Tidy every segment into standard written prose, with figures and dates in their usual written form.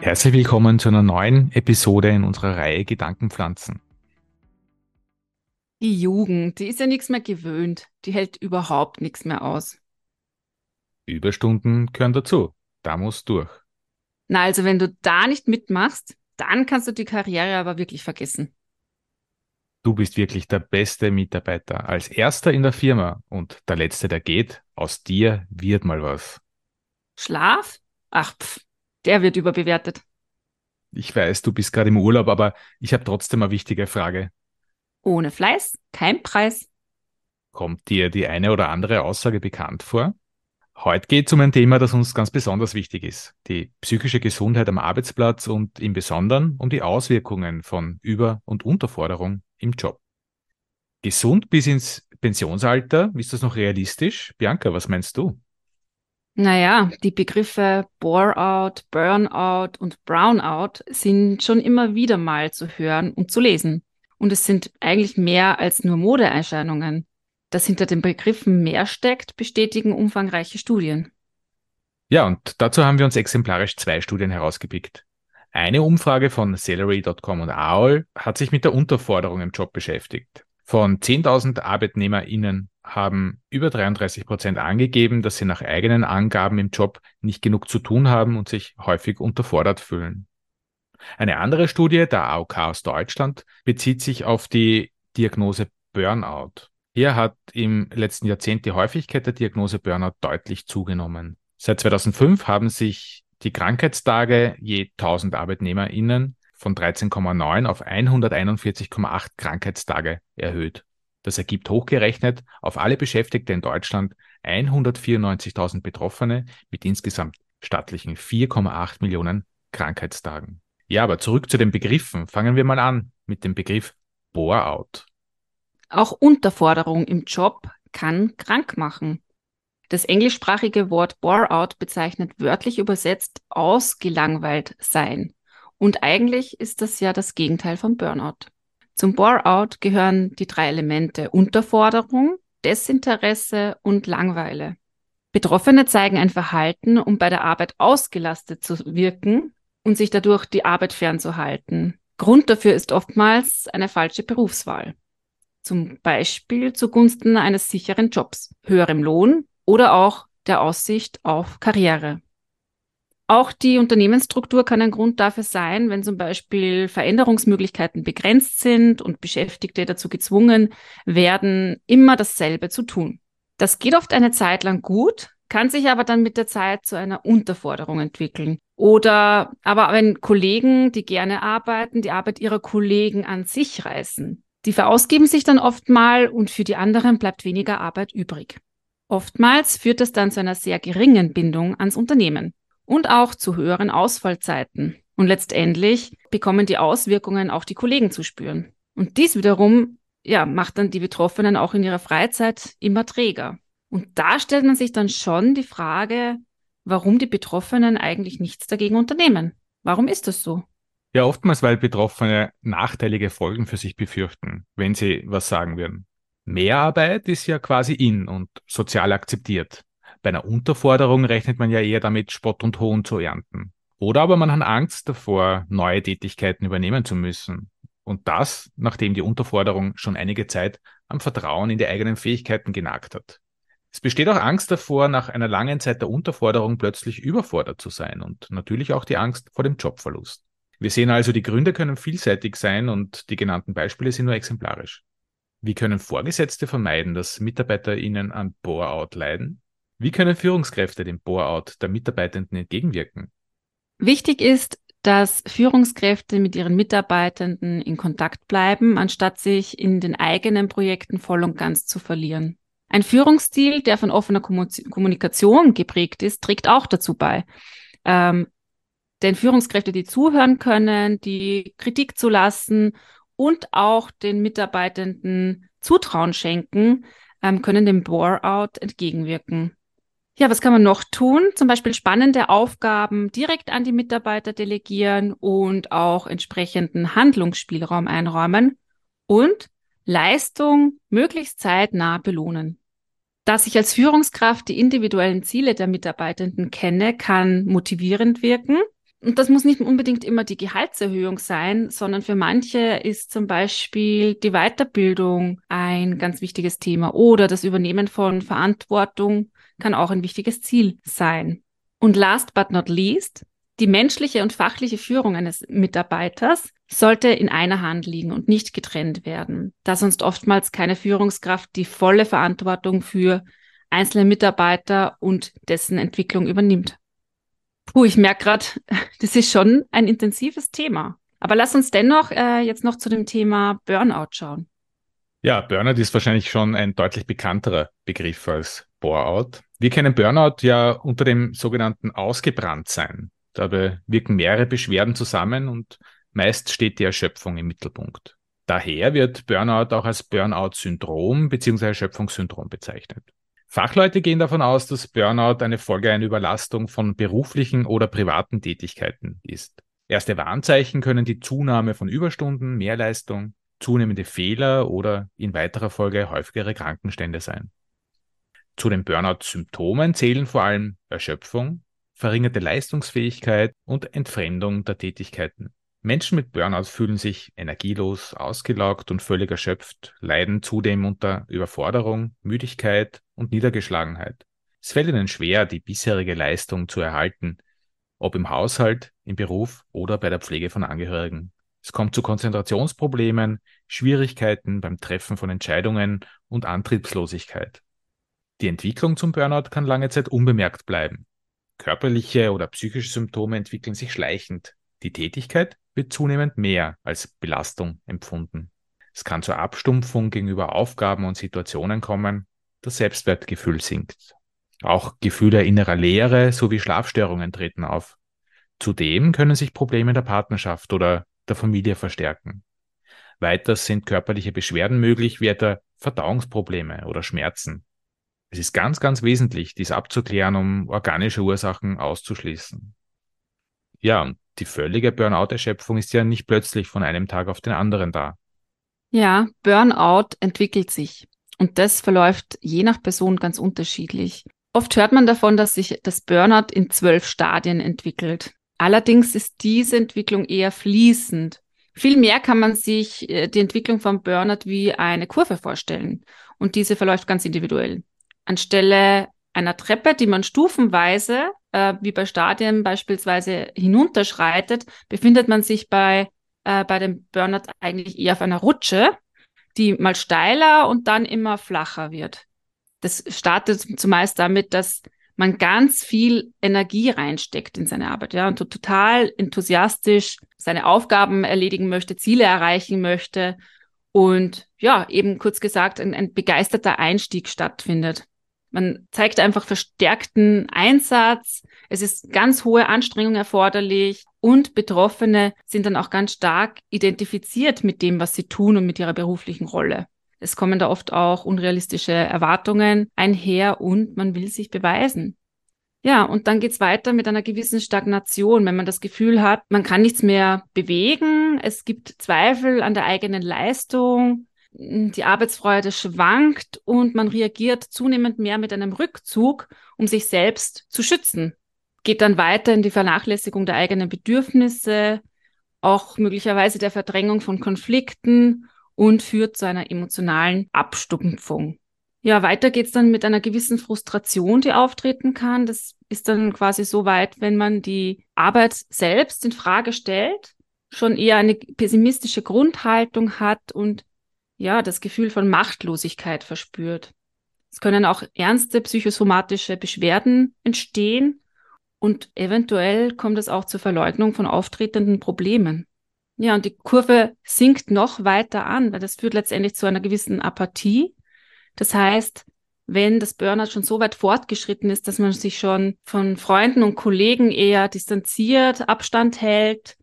Herzlich willkommen zu einer neuen Episode in unserer Reihe Gedankenpflanzen. Die Jugend, die ist ja nichts mehr gewöhnt. Die hält überhaupt nichts mehr aus. Überstunden gehören dazu. Da muss durch. Na, also wenn du da nicht mitmachst, dann kannst du die Karriere aber wirklich vergessen. Du bist wirklich der beste Mitarbeiter. Als erster in der Firma und der Letzte, der geht, aus dir wird mal was. Schlaf? Ach, der wird überbewertet. Ich weiß, du bist gerade im Urlaub, aber ich habe trotzdem eine wichtige Frage. Ohne Fleiß kein Preis. Kommt dir die eine oder andere Aussage bekannt vor? Heute geht es um ein Thema, das uns ganz besonders wichtig ist. Die psychische Gesundheit am Arbeitsplatz und im Besonderen um die Auswirkungen von Über- und Unterforderung im Job. Gesund bis ins Pensionsalter, ist das noch realistisch? Bianca, was meinst du? Naja, die Begriffe Bore-out, Burnout und Brownout sind schon immer wieder mal zu hören und zu lesen. Und es sind eigentlich mehr als nur Modeerscheinungen. Dass hinter den Begriffen mehr steckt, bestätigen umfangreiche Studien. Ja, und dazu haben wir uns exemplarisch zwei Studien herausgepickt. Eine Umfrage von Salary.com und AOL hat sich mit der Unterforderung im Job beschäftigt. Von 10.000 ArbeitnehmerInnen haben über 33% angegeben, dass sie nach eigenen Angaben im Job nicht genug zu tun haben und sich häufig unterfordert fühlen. Eine andere Studie, der AOK aus Deutschland, bezieht sich auf die Diagnose Burnout. Hier hat im letzten Jahrzehnt die Häufigkeit der Diagnose Burnout deutlich zugenommen. Seit 2005 haben sich die Krankheitstage je 1000 ArbeitnehmerInnen von 13,9 auf 141,8 Krankheitstage erhöht. Das ergibt hochgerechnet auf alle Beschäftigte in Deutschland 194.000 Betroffene mit insgesamt stattlichen 4,8 Millionen Krankheitstagen. Ja, aber zurück zu den Begriffen. Fangen wir mal an mit dem Begriff Bore-out. Auch Unterforderung im Job kann krank machen. Das englischsprachige Wort Bore-out bezeichnet wörtlich übersetzt ausgelangweilt sein. Und eigentlich ist das ja das Gegenteil von Burnout. Zum Bore-out gehören die drei Elemente Unterforderung, Desinteresse und Langeweile. Betroffene zeigen ein Verhalten, um bei der Arbeit ausgelastet zu wirken und sich dadurch die Arbeit fernzuhalten. Grund dafür ist oftmals eine falsche Berufswahl. Zum Beispiel zugunsten eines sicheren Jobs, höherem Lohn oder auch der Aussicht auf Karriere. Auch die Unternehmensstruktur kann ein Grund dafür sein, wenn zum Beispiel Veränderungsmöglichkeiten begrenzt sind und Beschäftigte dazu gezwungen werden, immer dasselbe zu tun. Das geht oft eine Zeit lang gut, kann sich aber dann mit der Zeit zu einer Unterforderung entwickeln. Oder aber wenn Kollegen, die gerne arbeiten, die Arbeit ihrer Kollegen an sich reißen. Die verausgaben sich dann oft mal und für die anderen bleibt weniger Arbeit übrig. Oftmals führt das dann zu einer sehr geringen Bindung ans Unternehmen und auch zu höheren Ausfallzeiten. Und letztendlich bekommen die Auswirkungen auch die Kollegen zu spüren. Und dies wiederum, ja, macht dann die Betroffenen auch in ihrer Freizeit immer träger. Und da stellt man sich dann schon die Frage, warum die Betroffenen eigentlich nichts dagegen unternehmen. Warum ist das so? Ja, oftmals, weil Betroffene nachteilige Folgen für sich befürchten, wenn sie was sagen würden. Mehrarbeit ist ja quasi in und sozial akzeptiert. Bei einer Unterforderung rechnet man ja eher damit, Spott und Hohn zu ernten. Oder aber man hat Angst davor, neue Tätigkeiten übernehmen zu müssen. Und das, nachdem die Unterforderung schon einige Zeit am Vertrauen in die eigenen Fähigkeiten genagt hat. Es besteht auch Angst davor, nach einer langen Zeit der Unterforderung plötzlich überfordert zu sein und natürlich auch die Angst vor dem Jobverlust. Wir sehen also, die Gründe können vielseitig sein und die genannten Beispiele sind nur exemplarisch. Wie können Vorgesetzte vermeiden, dass MitarbeiterInnen an Bore-out leiden? Wie können Führungskräfte dem Bore-out der Mitarbeitenden entgegenwirken? Wichtig ist, dass Führungskräfte mit ihren Mitarbeitenden in Kontakt bleiben, anstatt sich in den eigenen Projekten voll und ganz zu verlieren. Ein Führungsstil, der von offener Kommunikation geprägt ist, trägt auch dazu bei. Denn Führungskräfte, die zuhören können, die Kritik zulassen und auch den Mitarbeitenden Zutrauen schenken, können dem Bore-out entgegenwirken. Ja, was kann man noch tun? Zum Beispiel spannende Aufgaben direkt an die Mitarbeiter delegieren und auch entsprechenden Handlungsspielraum einräumen und Leistung möglichst zeitnah belohnen. Dass ich als Führungskraft die individuellen Ziele der Mitarbeitenden kenne, kann motivierend wirken Und das muss nicht unbedingt immer die Gehaltserhöhung sein, sondern für manche ist zum Beispiel die Weiterbildung ein ganz wichtiges Thema oder das Übernehmen von Verantwortung kann auch ein wichtiges Ziel sein. Und last but not least, die menschliche und fachliche Führung eines Mitarbeiters sollte in einer Hand liegen und nicht getrennt werden, da sonst oftmals keine Führungskraft die volle Verantwortung für einzelne Mitarbeiter und dessen Entwicklung übernimmt. Puh, ich merke gerade, das ist schon ein intensives Thema. Aber lass uns dennoch jetzt noch zu dem Thema Burnout schauen. Ja, Burnout ist wahrscheinlich schon ein deutlich bekannterer Begriff als Bore-out. Wir kennen Burnout ja unter dem sogenannten Ausgebranntsein. Dabei wirken mehrere Beschwerden zusammen und meist steht die Erschöpfung im Mittelpunkt. Daher wird Burnout auch als Burnout-Syndrom bzw. Erschöpfungssyndrom bezeichnet. Fachleute gehen davon aus, dass Burnout eine Folge einer Überlastung von beruflichen oder privaten Tätigkeiten ist. Erste Warnzeichen können die Zunahme von Überstunden, Mehrleistung, zunehmende Fehler oder in weiterer Folge häufigere Krankenstände sein. Zu den Burnout-Symptomen zählen vor allem Erschöpfung, verringerte Leistungsfähigkeit und Entfremdung der Tätigkeiten. Menschen mit Burnout fühlen sich energielos, ausgelaugt und völlig erschöpft, leiden zudem unter Überforderung, Müdigkeit und Niedergeschlagenheit. Es fällt ihnen schwer, die bisherige Leistung zu erhalten, ob im Haushalt, im Beruf oder bei der Pflege von Angehörigen. Es kommt zu Konzentrationsproblemen, Schwierigkeiten beim Treffen von Entscheidungen und Antriebslosigkeit. Die Entwicklung zum Burnout kann lange Zeit unbemerkt bleiben. Körperliche oder psychische Symptome entwickeln sich schleichend. Die Tätigkeit wird zunehmend mehr als Belastung empfunden. Es kann zur Abstumpfung gegenüber Aufgaben und Situationen kommen. Das Selbstwertgefühl sinkt. Auch Gefühle innerer Leere sowie Schlafstörungen treten auf. Zudem können sich Probleme in der Partnerschaft oder der Familie verstärken. Weiters sind körperliche Beschwerden möglich, wie etwa Verdauungsprobleme oder Schmerzen. Es ist ganz, ganz wesentlich, dies abzuklären, um organische Ursachen auszuschließen. Ja, und die völlige Burnout-Erschöpfung ist ja nicht plötzlich von einem Tag auf den anderen da. Ja, Burnout entwickelt sich und das verläuft je nach Person ganz unterschiedlich. Oft hört man davon, dass sich das Burnout in 12 Stadien entwickelt. Allerdings ist diese Entwicklung eher fließend. Vielmehr kann man sich die Entwicklung vom Burnout wie eine Kurve vorstellen und diese verläuft ganz individuell. Anstelle einer Treppe, die man stufenweise, wie bei Stadien beispielsweise, hinunterschreitet, befindet man sich bei dem Burnout eigentlich eher auf einer Rutsche, die mal steiler und dann immer flacher wird. Das startet zumeist damit, dass man ganz viel Energie reinsteckt in seine Arbeit, ja, und total enthusiastisch seine Aufgaben erledigen möchte, Ziele erreichen möchte und ja, eben kurz gesagt, ein begeisterter Einstieg stattfindet. Man zeigt einfach verstärkten Einsatz. Es ist ganz hohe Anstrengung erforderlich und Betroffene sind dann auch ganz stark identifiziert mit dem, was sie tun und mit ihrer beruflichen Rolle. Es kommen da oft auch unrealistische Erwartungen einher und man will sich beweisen. Ja, und dann geht's weiter mit einer gewissen Stagnation, wenn man das Gefühl hat, man kann nichts mehr bewegen, es gibt Zweifel an der eigenen Leistung, die Arbeitsfreude schwankt und man reagiert zunehmend mehr mit einem Rückzug, um sich selbst zu schützen. Geht dann weiter in die Vernachlässigung der eigenen Bedürfnisse, auch möglicherweise der Verdrängung von Konflikten und führt zu einer emotionalen Abstumpfung. Ja, weiter geht's dann mit einer gewissen Frustration, die auftreten kann. Das ist dann quasi so weit, wenn man die Arbeit selbst in Frage stellt, schon eher eine pessimistische Grundhaltung hat und ja, das Gefühl von Machtlosigkeit verspürt. Es können auch ernste psychosomatische Beschwerden entstehen und eventuell kommt es auch zur Verleugnung von auftretenden Problemen. Ja, und die Kurve sinkt noch weiter an, weil das führt letztendlich zu einer gewissen Apathie. Das heißt, wenn das Burnout schon so weit fortgeschritten ist, dass man sich schon von Freunden und Kollegen eher distanziert, Abstand hält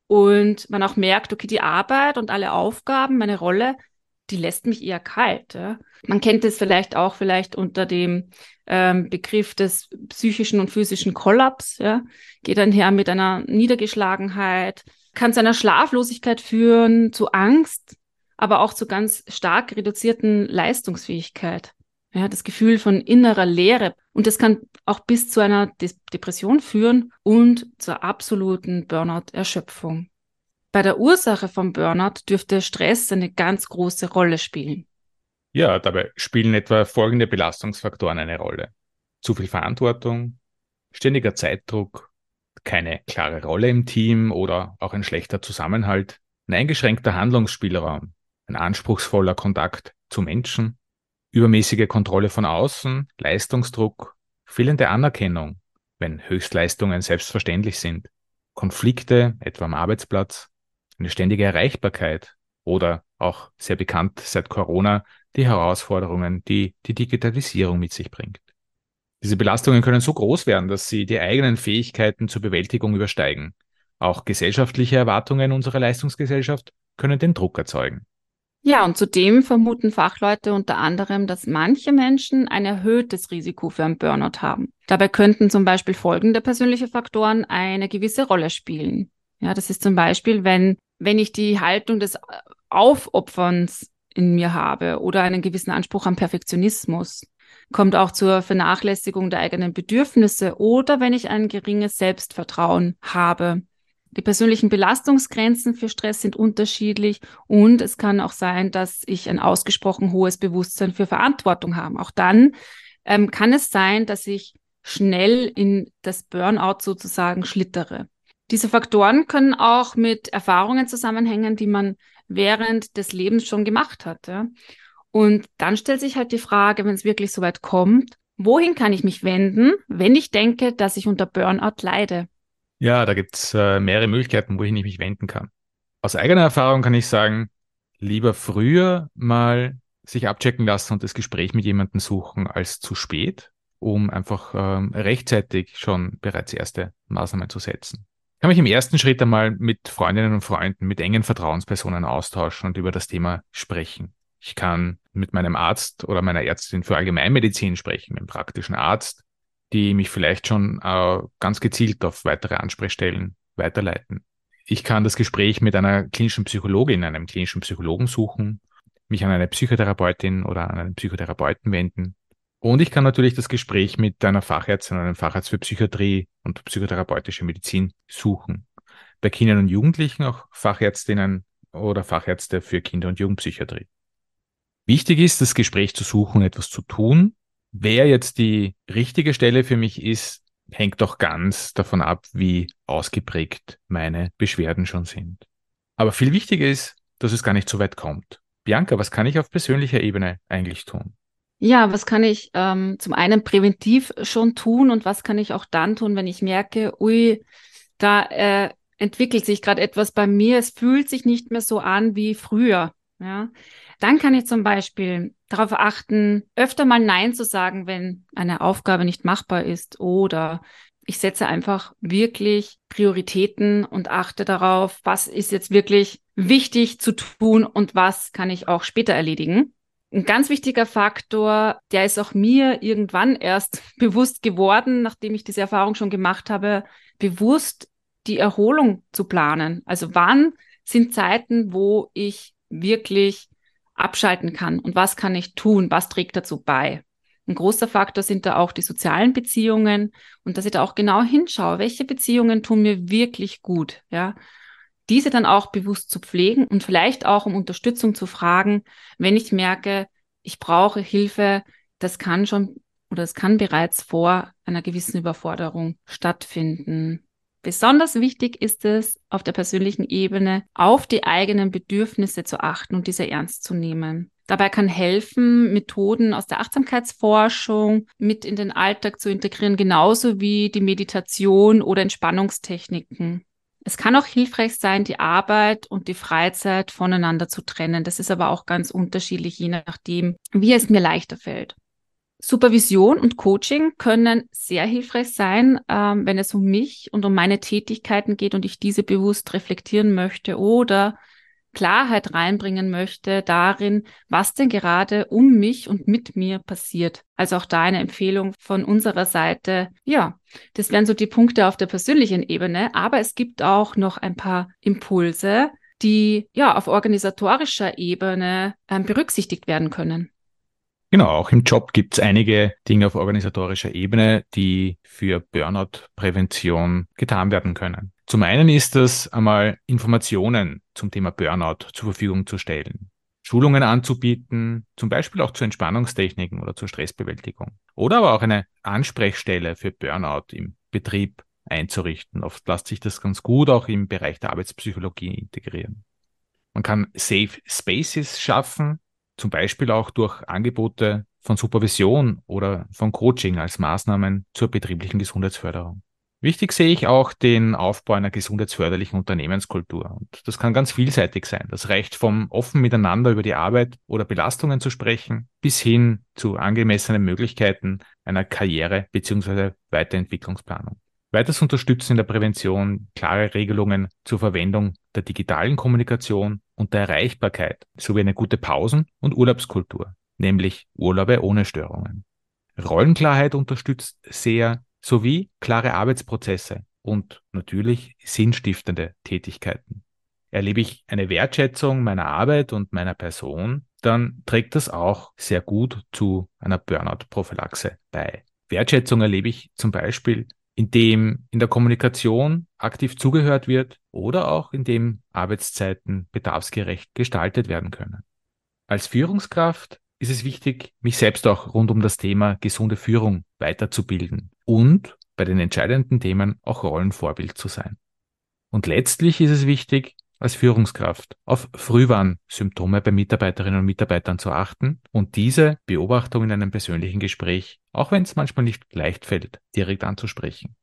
und man auch merkt, okay, die Arbeit und alle Aufgaben, meine Rolle, die lässt mich eher kalt. Ja. Man kennt es vielleicht auch unter dem Begriff des psychischen und physischen Kollaps. Ja. Geht einher mit einer Niedergeschlagenheit, kann zu einer Schlaflosigkeit führen, zu Angst, aber auch zu ganz stark reduzierten Leistungsfähigkeit. Ja, das Gefühl von innerer Leere. Und das kann auch bis zu einer Depression führen und zur absoluten Burnout-Erschöpfung. Bei der Ursache vom Burnout dürfte Stress eine ganz große Rolle spielen. Ja, dabei spielen etwa folgende Belastungsfaktoren eine Rolle. Zu viel Verantwortung, ständiger Zeitdruck, keine klare Rolle im Team oder auch ein schlechter Zusammenhalt, ein eingeschränkter Handlungsspielraum, ein anspruchsvoller Kontakt zu Menschen, übermäßige Kontrolle von außen, Leistungsdruck, fehlende Anerkennung, wenn Höchstleistungen selbstverständlich sind, Konflikte, etwa am Arbeitsplatz, eine ständige Erreichbarkeit oder auch sehr bekannt seit Corona die Herausforderungen, die die Digitalisierung mit sich bringt. Diese Belastungen können so groß werden, dass sie die eigenen Fähigkeiten zur Bewältigung übersteigen. Auch gesellschaftliche Erwartungen unserer Leistungsgesellschaft können den Druck erzeugen. Ja, und zudem vermuten Fachleute unter anderem, dass manche Menschen ein erhöhtes Risiko für einen Burnout haben. Dabei könnten zum Beispiel folgende persönliche Faktoren eine gewisse Rolle spielen. Ja, das ist zum Beispiel, wenn ich die Haltung des Aufopferns in mir habe oder einen gewissen Anspruch an Perfektionismus, kommt auch zur Vernachlässigung der eigenen Bedürfnisse oder wenn ich ein geringes Selbstvertrauen habe. Die persönlichen Belastungsgrenzen für Stress sind unterschiedlich und es kann auch sein, dass ich ein ausgesprochen hohes Bewusstsein für Verantwortung habe. Auch dann kann es sein, dass ich schnell in das Burnout sozusagen schlittere. Diese Faktoren können auch mit Erfahrungen zusammenhängen, die man während des Lebens schon gemacht hat. Ja? Und dann stellt sich halt die Frage, wenn es wirklich so weit kommt, wohin kann ich mich wenden, wenn ich denke, dass ich unter Burnout leide? Ja, da gibt es mehrere Möglichkeiten, wohin ich mich wenden kann. Aus eigener Erfahrung kann ich sagen, lieber früher mal sich abchecken lassen und das Gespräch mit jemandem suchen als zu spät, um einfach rechtzeitig schon bereits erste Maßnahmen zu setzen. Ich kann mich im ersten Schritt einmal mit Freundinnen und Freunden, mit engen Vertrauenspersonen austauschen und über das Thema sprechen. Ich kann mit meinem Arzt oder meiner Ärztin für Allgemeinmedizin sprechen, mit dem praktischen Arzt, die mich vielleicht schon ganz gezielt auf weitere Ansprechstellen weiterleiten. Ich kann das Gespräch mit einer klinischen Psychologin, einem klinischen Psychologen suchen, mich an eine Psychotherapeutin oder an einen Psychotherapeuten wenden. Und ich kann natürlich das Gespräch mit einer Fachärztin oder einem Facharzt für Psychiatrie und psychotherapeutische Medizin suchen. Bei Kindern und Jugendlichen auch Fachärztinnen oder Fachärzte für Kinder- und Jugendpsychiatrie. Wichtig ist, das Gespräch zu suchen und etwas zu tun. Wer jetzt die richtige Stelle für mich ist, hängt doch ganz davon ab, wie ausgeprägt meine Beschwerden schon sind. Aber viel wichtiger ist, dass es gar nicht so weit kommt. Bianca, was kann ich auf persönlicher Ebene eigentlich tun? Ja, was kann ich zum einen präventiv schon tun und was kann ich auch dann tun, wenn ich merke, ui, da entwickelt sich gerade etwas bei mir, es fühlt sich nicht mehr so an wie früher. Ja, dann kann ich zum Beispiel darauf achten, öfter mal Nein zu sagen, wenn eine Aufgabe nicht machbar ist oder ich setze einfach wirklich Prioritäten und achte darauf, was ist jetzt wirklich wichtig zu tun und was kann ich auch später erledigen. Ein ganz wichtiger Faktor, der ist auch mir irgendwann erst bewusst geworden, nachdem ich diese Erfahrung schon gemacht habe, bewusst die Erholung zu planen. Also wann sind Zeiten, wo ich wirklich abschalten kann und was kann ich tun, was trägt dazu bei. Ein großer Faktor sind da auch die sozialen Beziehungen und dass ich da auch genau hinschaue, welche Beziehungen tun mir wirklich gut, ja. Diese dann auch bewusst zu pflegen und vielleicht auch um Unterstützung zu fragen, wenn ich merke, ich brauche Hilfe, das kann schon oder es kann bereits vor einer gewissen Überforderung stattfinden. Besonders wichtig ist es, auf der persönlichen Ebene auf die eigenen Bedürfnisse zu achten und diese ernst zu nehmen. Dabei kann helfen, Methoden aus der Achtsamkeitsforschung mit in den Alltag zu integrieren, genauso wie die Meditation oder Entspannungstechniken. Es kann auch hilfreich sein, die Arbeit und die Freizeit voneinander zu trennen. Das ist aber auch ganz unterschiedlich, je nachdem, wie es mir leichter fällt. Supervision und Coaching können sehr hilfreich sein, wenn es um mich und um meine Tätigkeiten geht und ich diese bewusst reflektieren möchte oder Klarheit reinbringen möchte darin, was denn gerade um mich und mit mir passiert. Also auch da eine Empfehlung von unserer Seite. Ja, das wären so die Punkte auf der persönlichen Ebene, aber es gibt auch noch ein paar Impulse, die ja auf organisatorischer Ebene berücksichtigt werden können. Genau, auch im Job gibt es einige Dinge auf organisatorischer Ebene, die für Burnout-Prävention getan werden können. Zum einen ist es einmal, Informationen zum Thema Burnout zur Verfügung zu stellen, Schulungen anzubieten, zum Beispiel auch zu Entspannungstechniken oder zur Stressbewältigung. Oder aber auch eine Ansprechstelle für Burnout im Betrieb einzurichten. Oft lässt sich das ganz gut auch im Bereich der Arbeitspsychologie integrieren. Man kann Safe Spaces schaffen, zum Beispiel auch durch Angebote von Supervision oder von Coaching als Maßnahmen zur betrieblichen Gesundheitsförderung. Wichtig sehe ich auch den Aufbau einer gesundheitsförderlichen Unternehmenskultur. Und das kann ganz vielseitig sein. Das reicht vom offen miteinander über die Arbeit oder Belastungen zu sprechen, bis hin zu angemessenen Möglichkeiten einer Karriere- bzw. Weiterentwicklungsplanung. Weiters unterstützen in der Prävention klare Regelungen zur Verwendung der digitalen Kommunikation und der Erreichbarkeit sowie eine gute Pausen- und Urlaubskultur, nämlich Urlaube ohne Störungen. Rollenklarheit unterstützt sehr, sowie klare Arbeitsprozesse und natürlich sinnstiftende Tätigkeiten. Erlebe ich eine Wertschätzung meiner Arbeit und meiner Person, dann trägt das auch sehr gut zu einer Burnout-Prophylaxe bei. Wertschätzung erlebe ich zum Beispiel, indem in der Kommunikation aktiv zugehört wird oder auch indem Arbeitszeiten bedarfsgerecht gestaltet werden können. Als Führungskraft ist es wichtig, mich selbst auch rund um das Thema gesunde Führung weiterzubilden und bei den entscheidenden Themen auch Rollenvorbild zu sein. Und letztlich ist es wichtig, als Führungskraft auf Frühwarnsymptome bei Mitarbeiterinnen und Mitarbeitern zu achten und diese Beobachtung in einem persönlichen Gespräch, auch wenn es manchmal nicht leicht fällt, direkt anzusprechen.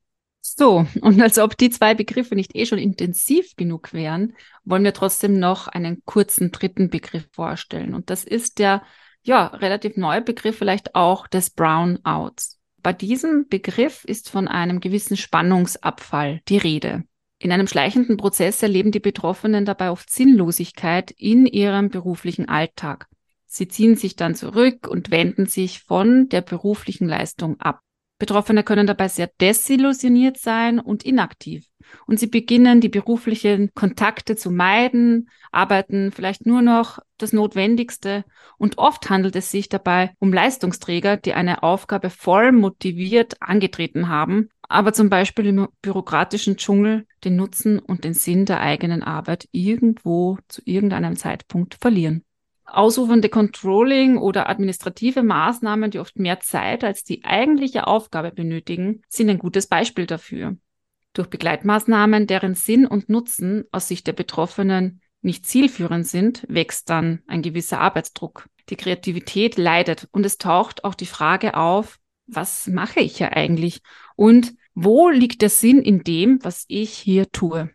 So, und als ob die zwei Begriffe nicht schon intensiv genug wären, wollen wir trotzdem noch einen kurzen dritten Begriff vorstellen. Und das ist der, relativ neue Begriff vielleicht auch des Brownouts. Bei diesem Begriff ist von einem gewissen Spannungsabfall die Rede. In einem schleichenden Prozess erleben die Betroffenen dabei oft Sinnlosigkeit in ihrem beruflichen Alltag. Sie ziehen sich dann zurück und wenden sich von der beruflichen Leistung ab. Betroffene können dabei sehr desillusioniert sein und inaktiv. Und sie beginnen, die beruflichen Kontakte zu meiden, arbeiten vielleicht nur noch das Notwendigste. Und oft handelt es sich dabei um Leistungsträger, die eine Aufgabe voll motiviert angetreten haben, aber zum Beispiel im bürokratischen Dschungel den Nutzen und den Sinn der eigenen Arbeit irgendwo zu irgendeinem Zeitpunkt verlieren. Ausufernde Controlling oder administrative Maßnahmen, die oft mehr Zeit als die eigentliche Aufgabe benötigen, sind ein gutes Beispiel dafür. Durch Begleitmaßnahmen, deren Sinn und Nutzen aus Sicht der Betroffenen nicht zielführend sind, wächst dann ein gewisser Arbeitsdruck. Die Kreativität leidet und es taucht auch die Frage auf, was mache ich ja eigentlich? Und wo liegt der Sinn in dem, was ich hier tue?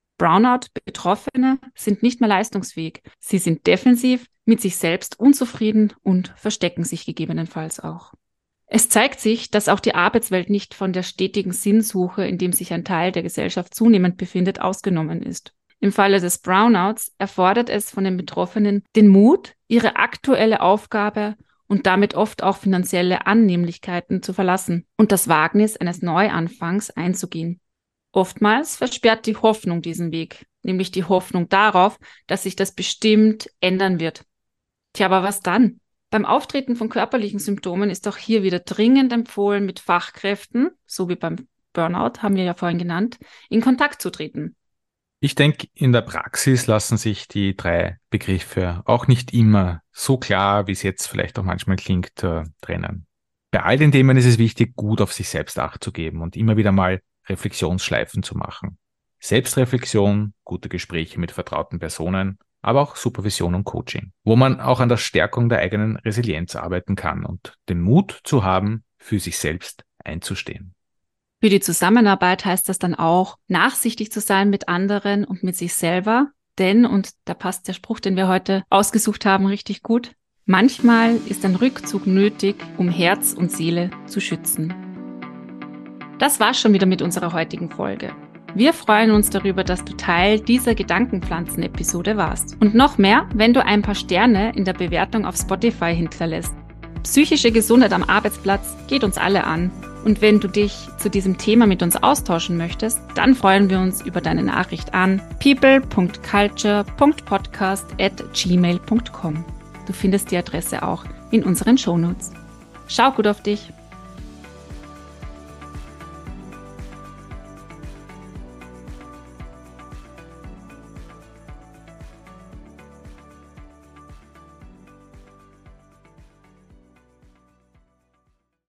Brownout-Betroffene sind nicht mehr leistungsfähig. Sie sind defensiv, mit sich selbst unzufrieden und verstecken sich gegebenenfalls auch. Es zeigt sich, dass auch die Arbeitswelt nicht von der stetigen Sinnsuche, in dem sich ein Teil der Gesellschaft zunehmend befindet, ausgenommen ist. Im Falle des Brownouts erfordert es von den Betroffenen den Mut, ihre aktuelle Aufgabe und damit oft auch finanzielle Annehmlichkeiten zu verlassen und das Wagnis eines Neuanfangs einzugehen. Oftmals versperrt die Hoffnung diesen Weg, nämlich die Hoffnung darauf, dass sich das bestimmt ändern wird. Tja, aber was dann? Beim Auftreten von körperlichen Symptomen ist auch hier wieder dringend empfohlen, mit Fachkräften, so wie beim Burnout, haben wir ja vorhin genannt, in Kontakt zu treten. Ich denke, in der Praxis lassen sich die drei Begriffe auch nicht immer so klar, wie es jetzt vielleicht auch manchmal klingt, trennen. Bei all den Themen ist es wichtig, gut auf sich selbst Acht zu geben und immer wieder mal Reflexionsschleifen zu machen. Selbstreflexion, gute Gespräche mit vertrauten Personen, aber auch Supervision und Coaching, wo man auch an der Stärkung der eigenen Resilienz arbeiten kann und den Mut zu haben, für sich selbst einzustehen. Für die Zusammenarbeit heißt das dann auch, nachsichtig zu sein mit anderen und mit sich selber, denn, und da passt der Spruch, den wir heute ausgesucht haben, richtig gut, manchmal ist ein Rückzug nötig, um Herz und Seele zu schützen. Das war's schon wieder mit unserer heutigen Folge. Wir freuen uns darüber, dass du Teil dieser Gedankenpflanzen-Episode warst. Und noch mehr, wenn du ein paar Sterne in der Bewertung auf Spotify hinterlässt. Psychische Gesundheit am Arbeitsplatz geht uns alle an. Und wenn du dich zu diesem Thema mit uns austauschen möchtest, dann freuen wir uns über deine Nachricht an people.culture.podcast@gmail.com. Du findest die Adresse auch in unseren Shownotes. Schau gut auf dich!